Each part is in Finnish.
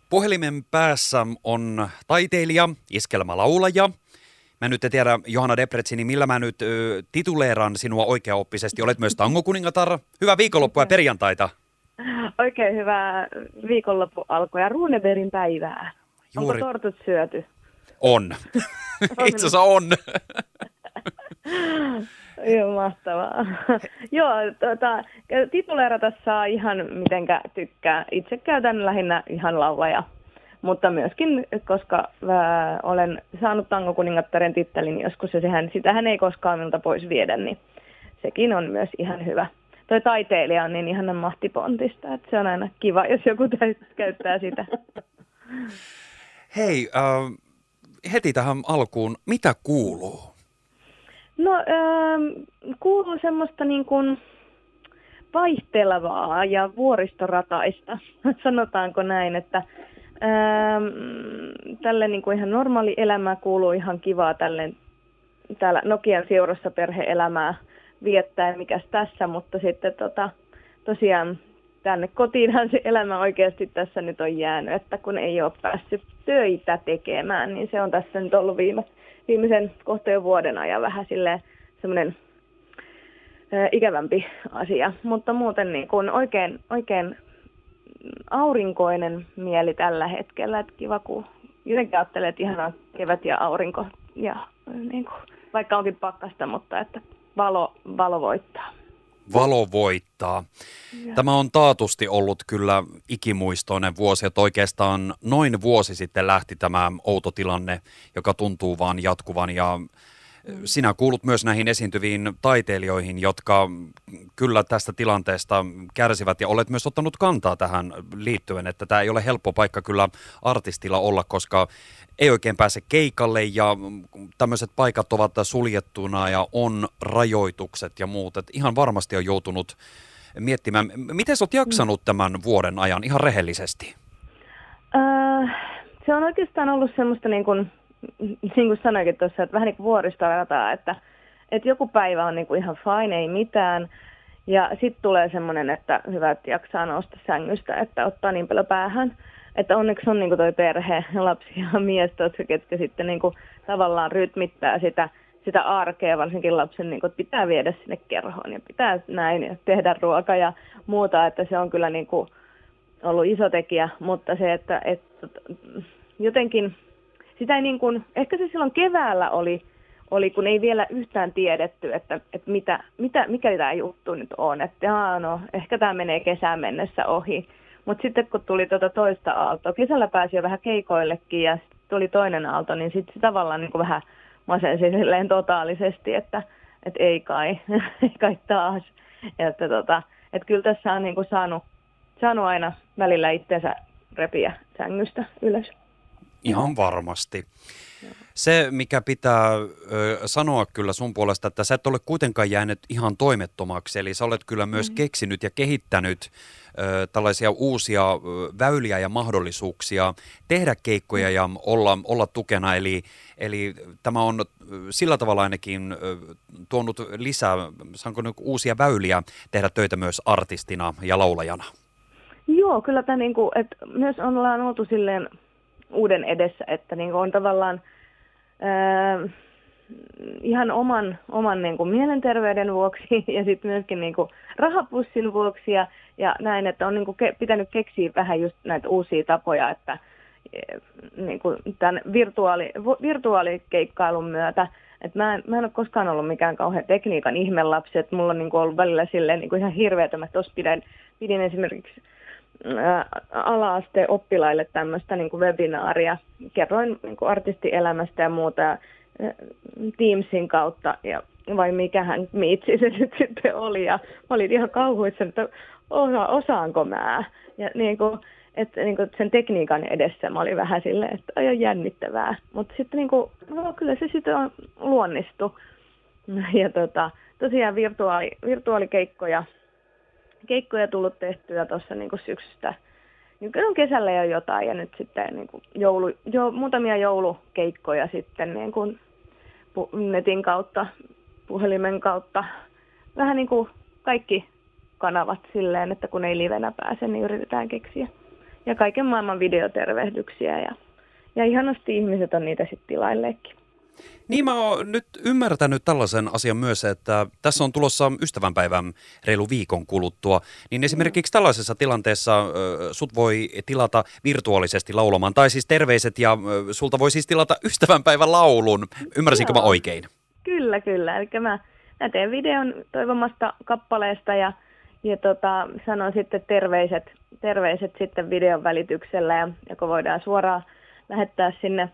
Puhelimen päässä on taiteilija, iskelmälaulaja. Mä nyt en tiedä, Johanna Debreceni, niin millä mä nyt tituleeran sinua oikeaoppisesti. Olet myös tangokuningatar. Hyvää viikonloppua ja perjantaita. Oikein hyvää viikonloppu alkua ja Runebergin päivää. Juuri. Onko tortut syöty? On. Itse asiassa on. Joo, mahtavaa. Joo, tituleerata saa ihan mitenkä tykkää. Itse käytän lähinnä ihan laulaja, mutta myöskin, koska olen saanut tangokuningattaren tittelin joskus, ja sitähän ei koskaan minulta pois viedä, niin sekin on myös ihan hyvä. Toi taiteilija on niin ihanan mahtipontista, että se on aina kiva, jos joku käyttää sitä. Hei, heti tähän alkuun, mitä kuuluu? No, kuuluu semmoista niin kuin vaihtelevaa ja vuoristorataista, sanotaanko näin, että tälle niin kuin ihan normaali elämä kuuluu ihan kivaa täällä Nokian seurassa perhe-elämää viettää, mikäs tässä, mutta sitten tosiaan tänne kotiinhan se elämä oikeasti tässä nyt on jäänyt, että kun ei ole päässyt töitä tekemään, niin se on tässä nyt ollut viimeisen kohta jo vuoden ajan vähän silleen semmoinen ikävämpi asia, mutta muuten niin kuin oikein aurinkoinen mieli tällä hetkellä, että kiva kun jotenkin ajattelee, että ihanaa kevät ja aurinko ja niin kuin, vaikka onkin pakkasta, mutta että valo voittaa. Valo voittaa. Tämä on taatusti ollut kyllä ikimuistoinen vuosi, että oikeastaan noin vuosi sitten lähti tämä outo tilanne, joka tuntuu vaan jatkuvan, ja sinä kuulut myös näihin esiintyviin taiteilijoihin, jotka kyllä tästä tilanteesta kärsivät, ja olet myös ottanut kantaa tähän liittyen, että tämä ei ole helppo paikka kyllä artistilla olla, koska ei oikein pääse keikalle ja tämmöiset paikat ovat suljettuna ja on rajoitukset ja muut. Et ihan varmasti on joutunut miettimään. Miten sä oot jaksanut tämän vuoden ajan ihan rehellisesti? Se on oikeastaan ollut semmoista niin kuin sanoinkin tuossa, että vähän niin kuin vuoristorataa, että joku päivä on niin kuin ihan fine, ei mitään. Ja sitten tulee semmoinen, että hyvä, että jaksaa nousta sängystä, että ottaa niin paljon päähän. Että onneksi on niin kuin toi perhe, lapsi ja mies, ketkä sitten niin kuin tavallaan rytmittää sitä arkea, varsinkin lapsen, niin kuin, että pitää viedä sinne kerhoon ja pitää näin ja tehdä ruokaa ja muuta, että se on kyllä niin kuin ollut iso tekijä, mutta se, että jotenkin sitä ei niin kuin, ehkä se silloin keväällä oli, kun ei vielä yhtään tiedetty, että mikä tämä juttu nyt on, että no, ehkä tämä menee kesään mennessä ohi. Mutta sitten kun tuli toista aaltoa, kesällä pääsi jo vähän keikoillekin ja tuli toinen aalto, niin sitten se tavallaan niin kuin vähän masensi silleen totaalisesti, että ei kai taas. Että kyllä tässä on niin kuin saanut aina välillä itsensä repiä sängystä ylös. Ihan varmasti. Se, mikä pitää sanoa kyllä sun puolesta, että sä et ole kuitenkaan jäänyt ihan toimettomaksi, eli sä olet kyllä myös keksinyt ja kehittänyt tällaisia uusia väyliä ja mahdollisuuksia tehdä keikkoja ja olla tukena, eli tämä on sillä tavalla ainakin tuonut lisää, saanko nyt uusia väyliä tehdä töitä myös artistina ja laulajana? Joo, kyllä tämä niinku, että myös ollaan oltu silleen uuden edessä, että niinku on tavallaan ihan oman niin kuin mielenterveyden vuoksi ja sitten myöskin niin kuin rahapussin vuoksi ja näin, että on niin kuin pitänyt keksiä vähän just näitä uusia tapoja, että niin kuin tämän virtuaalikeikkailun myötä, että mä en ole koskaan ollut mikään kauhean tekniikan ihmelapsi, että mulla on niin kuin ollut välillä silleen niin kuin ihan hirveätä, mä tuossa pidin esimerkiksi ala-asteen oppilaille tämmöistä niin kuin webinaaria. Kerroin niin kuin artistielämästä ja muuta ja Teamsin kautta, ja vai mikähän miitsi se nyt sitten oli. Ja olin ihan kauhuissa, että osaanko mä. Ja niin kuin, että niin kuin sen tekniikan edessä mä olin vähän silleen, että on jännittävää. Mutta sitten niin kuin, no, kyllä se sitten on luonnistu. Ja tosiaan virtuaalikeikkoja tullut tehtyä tuossa niin kuin syksystä. Nyt on kesällä jo jotain ja nyt sitten niin kuin muutamia joulukeikkoja sitten niin kuin netin kautta, puhelimen kautta. Vähän niin kuin kaikki kanavat silleen, että kun ei livenä pääse, niin yritetään keksiä ja kaiken maailman videotervehdyksiä ja ihanasti ihmiset on niitä sitten tilailleekin. Niin mä oon nyt ymmärtänyt tällaisen asian myös, että tässä on tulossa ystävänpäivän reilu viikon kuluttua, niin esimerkiksi tällaisessa tilanteessa sut voi tilata virtuaalisesti laulamaan, tai siis terveiset ja sulta voi siis tilata ystävänpäivän laulun. Ymmärsinkö mä oikein? Kyllä. Eli mä teen videon toivomasta kappaleesta ja sanon sitten terveiset sitten videon välityksellä ja joko voidaan suoraan lähettää sinne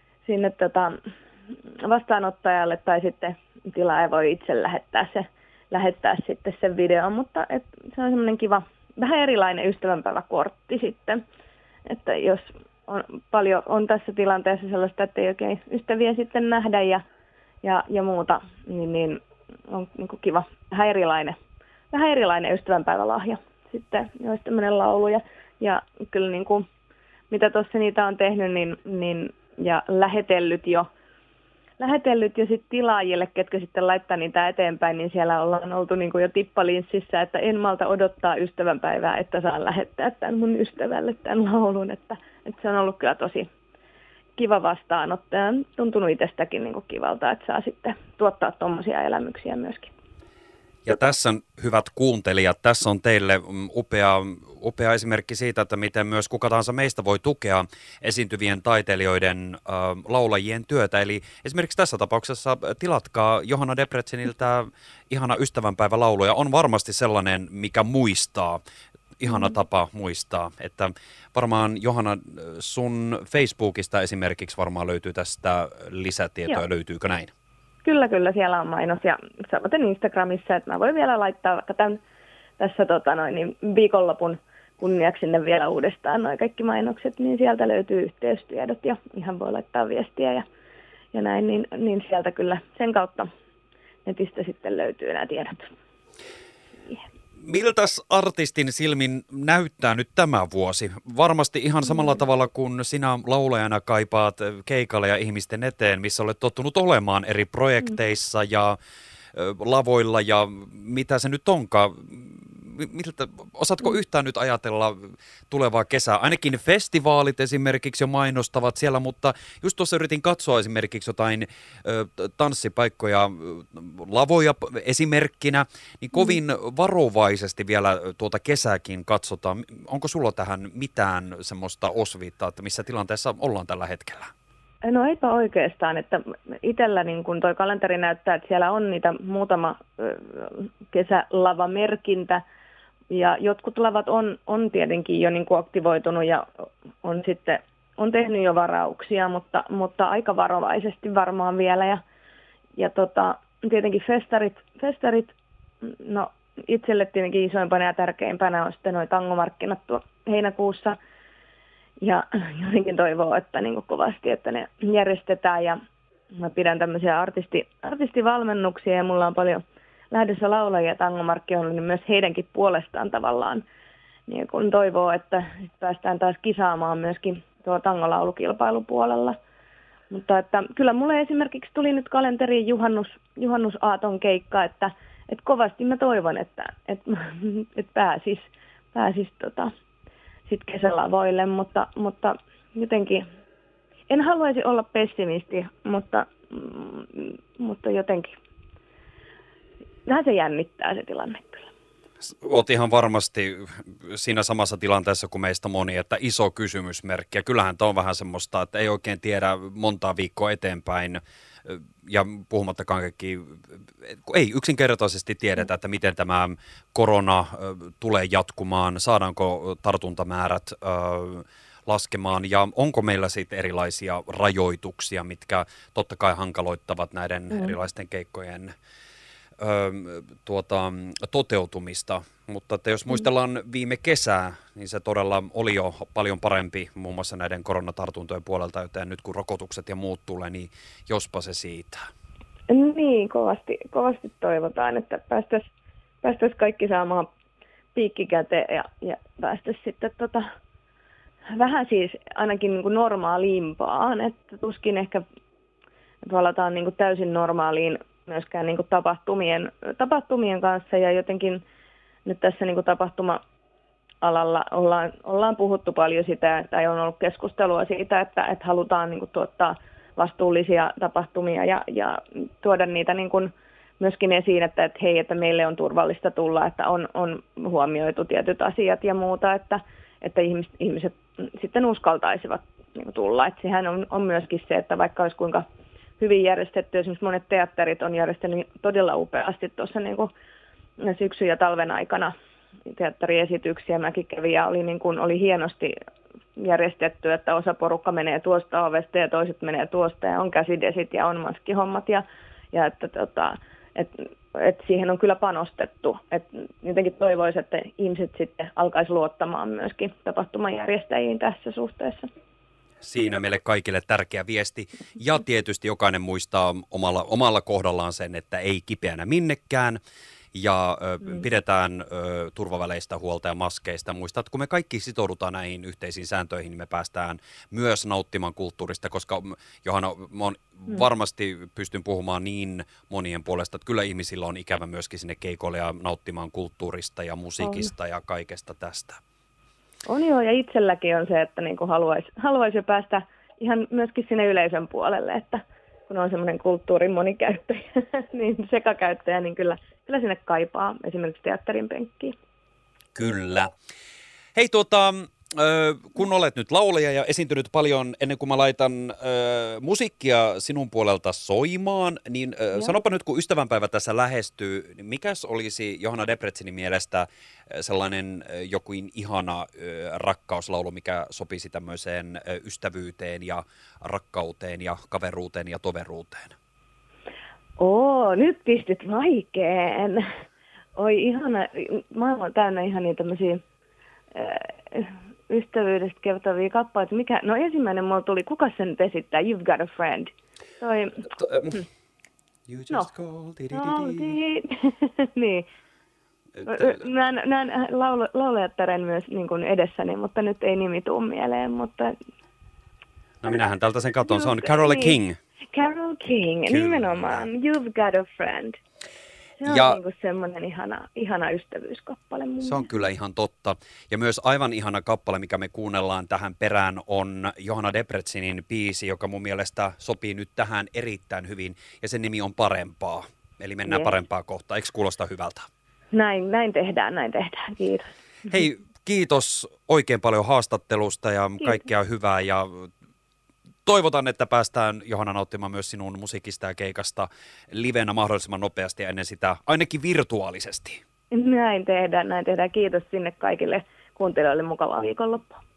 vastaanottajalle tai sitten tilaaja voi itse lähettää sitten sen videon, mutta se on semmoinen kiva, vähän erilainen ystävänpäiväkortti sitten, että jos on tässä tilanteessa sellaista, että ei oikein ystäviä sitten nähdä ja muuta, niin on niin kuin kiva, vähän erilainen ystävänpäivälahja sitten, jos tämmöinen laulu ja kyllä niin kuin, mitä tuossa niitä on tehnyt, niin ja lähetellyt jo sit tilaajille, ketkä sitten laittaa niitä eteenpäin, niin siellä ollaan oltu niin kuin jo tippalinssissä, että en malta odottaa ystävänpäivää, että saan lähettää tämän mun ystävälle tämän laulun, että se on ollut kyllä tosi kiva vastaanotto ja on tuntunut itsestäkin niin kuin kivalta, että saa sitten tuottaa tuommoisia elämyksiä myöskin. Ja tässä, hyvät kuuntelijat, tässä on teille upea esimerkki siitä, että miten myös kuka tahansa meistä voi tukea esiintyvien taiteilijoiden laulajien työtä. Eli esimerkiksi tässä tapauksessa tilatkaa Johanna Debreceniltä ihana ystävänpäivälaulu, ja on varmasti sellainen, mikä muistaa. Ihana tapa muistaa, että varmaan Johanna, sun Facebookista esimerkiksi varmaan löytyy tästä lisätietoa, Joo. Löytyykö näin? Kyllä, siellä on mainos ja samaten Instagramissa, että mä voin vielä laittaa vaikka tässä viikonlopun kunniaksi sinne vielä uudestaan nuo kaikki mainokset, niin sieltä löytyy yhteystiedot ja ihan voi laittaa viestiä ja näin, niin sieltä kyllä sen kautta netistä sitten löytyy nämä tiedot. Miltäs artistin silmin näyttää nyt tämä vuosi? Varmasti ihan samalla tavalla kuin sinä laulajana kaipaat keikalle ja ihmisten eteen, missä olet tottunut olemaan eri projekteissa ja lavoilla ja mitä se nyt onkaan. Osaatko yhtään nyt ajatella tulevaa kesää? Ainakin festivaalit esimerkiksi jo mainostavat siellä, mutta just tuossa yritin katsoa esimerkiksi jotain tanssipaikkoja, lavoja esimerkkinä, niin kovin varovaisesti vielä tuota kesääkin katsotaan. Onko sulla tähän mitään semmoista osviittaa, että missä tilanteessa ollaan tällä hetkellä? No eipä oikeastaan, että itsellä niin kun toi kalenteri näyttää, että siellä on niitä muutama kesälavamerkintä ja jotkut lavat on tietenkin jo niin kuin aktivoitunut ja on tehnyt jo varauksia, mutta aika varovaisesti varmaan vielä ja tietenkin festarit, no itselle tietenkin isoimpana ja tärkeimpänä on sitten nuo tangomarkkinat heinäkuussa. Ja jotenkin toivoo, että niin kuin kovasti, että ne järjestetään ja mä pidän tämmöisiä artistivalmennuksia ja mulla on paljon lähdössä laulajia tangomarkkinoilla, niin myös heidänkin puolestaan tavallaan niin kun toivoo, että päästään taas kisaamaan myöskin tuo tangolaulukilpailupuolella. Mutta että kyllä mulle esimerkiksi tuli nyt kalenteriin juhannusaaton keikka, että kovasti mä toivon, että pääsis sitten kesälavoille, mutta jotenkin en haluaisi olla pessimisti, mutta jotenkin vähän se jännittää se tilanne kyllä. Olet ihan varmasti siinä samassa tilanteessa kuin meistä moni, että iso kysymysmerkki. Ja kyllähän tämä on vähän semmoista, että ei oikein tiedä montaa viikkoa eteenpäin. Ja puhumattakaan kaikki, ei yksinkertaisesti tiedetä, että miten tämä korona tulee jatkumaan, saadaanko tartuntamäärät laskemaan ja onko meillä sitten erilaisia rajoituksia, mitkä totta kai hankaloittavat näiden erilaisten keikkojen toteutumista, mutta että jos muistellaan viime kesää, niin se todella oli jo paljon parempi muun muassa näiden koronatartuntojen puolelta, joten nyt kun rokotukset ja muut tulee, niin jospa se siitä. Niin, kovasti toivotaan, että päästäisiin kaikki saamaan piikki käteen ja päästäisiin sitten vähän siis ainakin niin kuin normaalimpaan, että tuskin ehkä palataan niin kuin täysin normaaliin myöskään niin kuin tapahtumien kanssa ja jotenkin nyt tässä niin kuin alalla ollaan puhuttu paljon sitä, tai on ollut keskustelua siitä, että halutaan niin kuin tuottaa vastuullisia tapahtumia ja tuoda niitä niin kuin myöskin esiin, että hei, että meille on turvallista tulla, että on huomioitu tietyt asiat ja muuta, että ihmiset sitten uskaltaisivat niin kuin tulla. Että sehän on myöskin se, että vaikka olisi kuinka hyvin järjestetty, esimerkiksi monet teatterit on järjestänyt todella upeasti tuossa niin kuin syksyn ja talven aikana teatteriesityksiä. Mäkin kävin ja oli hienosti järjestetty, että osa porukka menee tuosta ovesta ja toiset menee tuosta ja on käsidesit ja on maskihommat ja että siihen on kyllä panostettu. Että jotenkin toivoisin, että ihmiset sitten alkaisi luottamaan myöskin tapahtumajärjestäjiin tässä suhteessa. Siinä meille kaikille tärkeä viesti. Ja tietysti jokainen muistaa omalla kohdallaan sen, että ei kipeänä minnekään. Ja pidetään turvaväleistä huolta ja maskeista. Muistat, että kun me kaikki sitoudutaan näihin yhteisiin sääntöihin, niin me päästään myös nauttimaan kulttuurista, koska Johanna, varmasti pystyn puhumaan niin monien puolesta, että kyllä ihmisillä on ikävä myöskin sinne keikoille ja nauttimaan kulttuurista ja musiikista ja kaikesta tästä. On joo, ja itselläkin on se, että niin haluaisi jo päästä ihan myöskin sinne yleisön puolelle, että kun on semmoinen kulttuurin monikäyttäjä, niin sekakäyttäjä, niin kyllä sinne kaipaa esimerkiksi teatterin penkkiin. Kyllä. Hei kun olet nyt laulaja ja esiintynyt paljon ennen kuin mä laitan musiikkia sinun puolelta soimaan, niin sanopa nyt kun ystävänpäivä tässä lähestyy, niin mikäs olisi Johanna Debretzinin mielestä sellainen jokin ihana rakkauslaulu, mikä sopisi tämmöiseen ystävyyteen ja rakkauteen ja kaveruuteen ja toveruuteen? Nyt pistit vaikeen. Oi ihana, maailma on täynnä ihan tämmöisiä ystävyydestä kertovia kappaleita. No ensimmäinen mulla tuli, kuka sen nyt esittää? You've got a friend. You just called. Niin. Näen laulajattaren myös niin kuin edessäni, mutta nyt ei nimi tuu mieleen. Mutta... No minähän tältä sen katon, se on Carole King. Carole King, kyllä. Nimenomaan. You've got a friend. Se on niin kuin semmoinen ihana ystävyyskappale. Se on kyllä ihan totta. Ja myös aivan ihana kappale, mikä me kuunnellaan tähän perään, on Johanna Debretzinin biisi, joka mun mielestä sopii nyt tähän erittäin hyvin. Ja sen nimi on Parempaa. Eli mennään parempaa kohtaan. Eikö kuulosta hyvältä? Näin tehdään. Kiitos. Hei, kiitos oikein paljon haastattelusta ja kaikkea hyvää. Ja toivotan, että päästään Johanna nauttimaan myös sinun musiikista ja keikasta livenä mahdollisimman nopeasti ja ennen sitä ainakin virtuaalisesti. Näin tehdään. Kiitos sinne kaikille kuuntelijoille, mukavaa viikonloppua.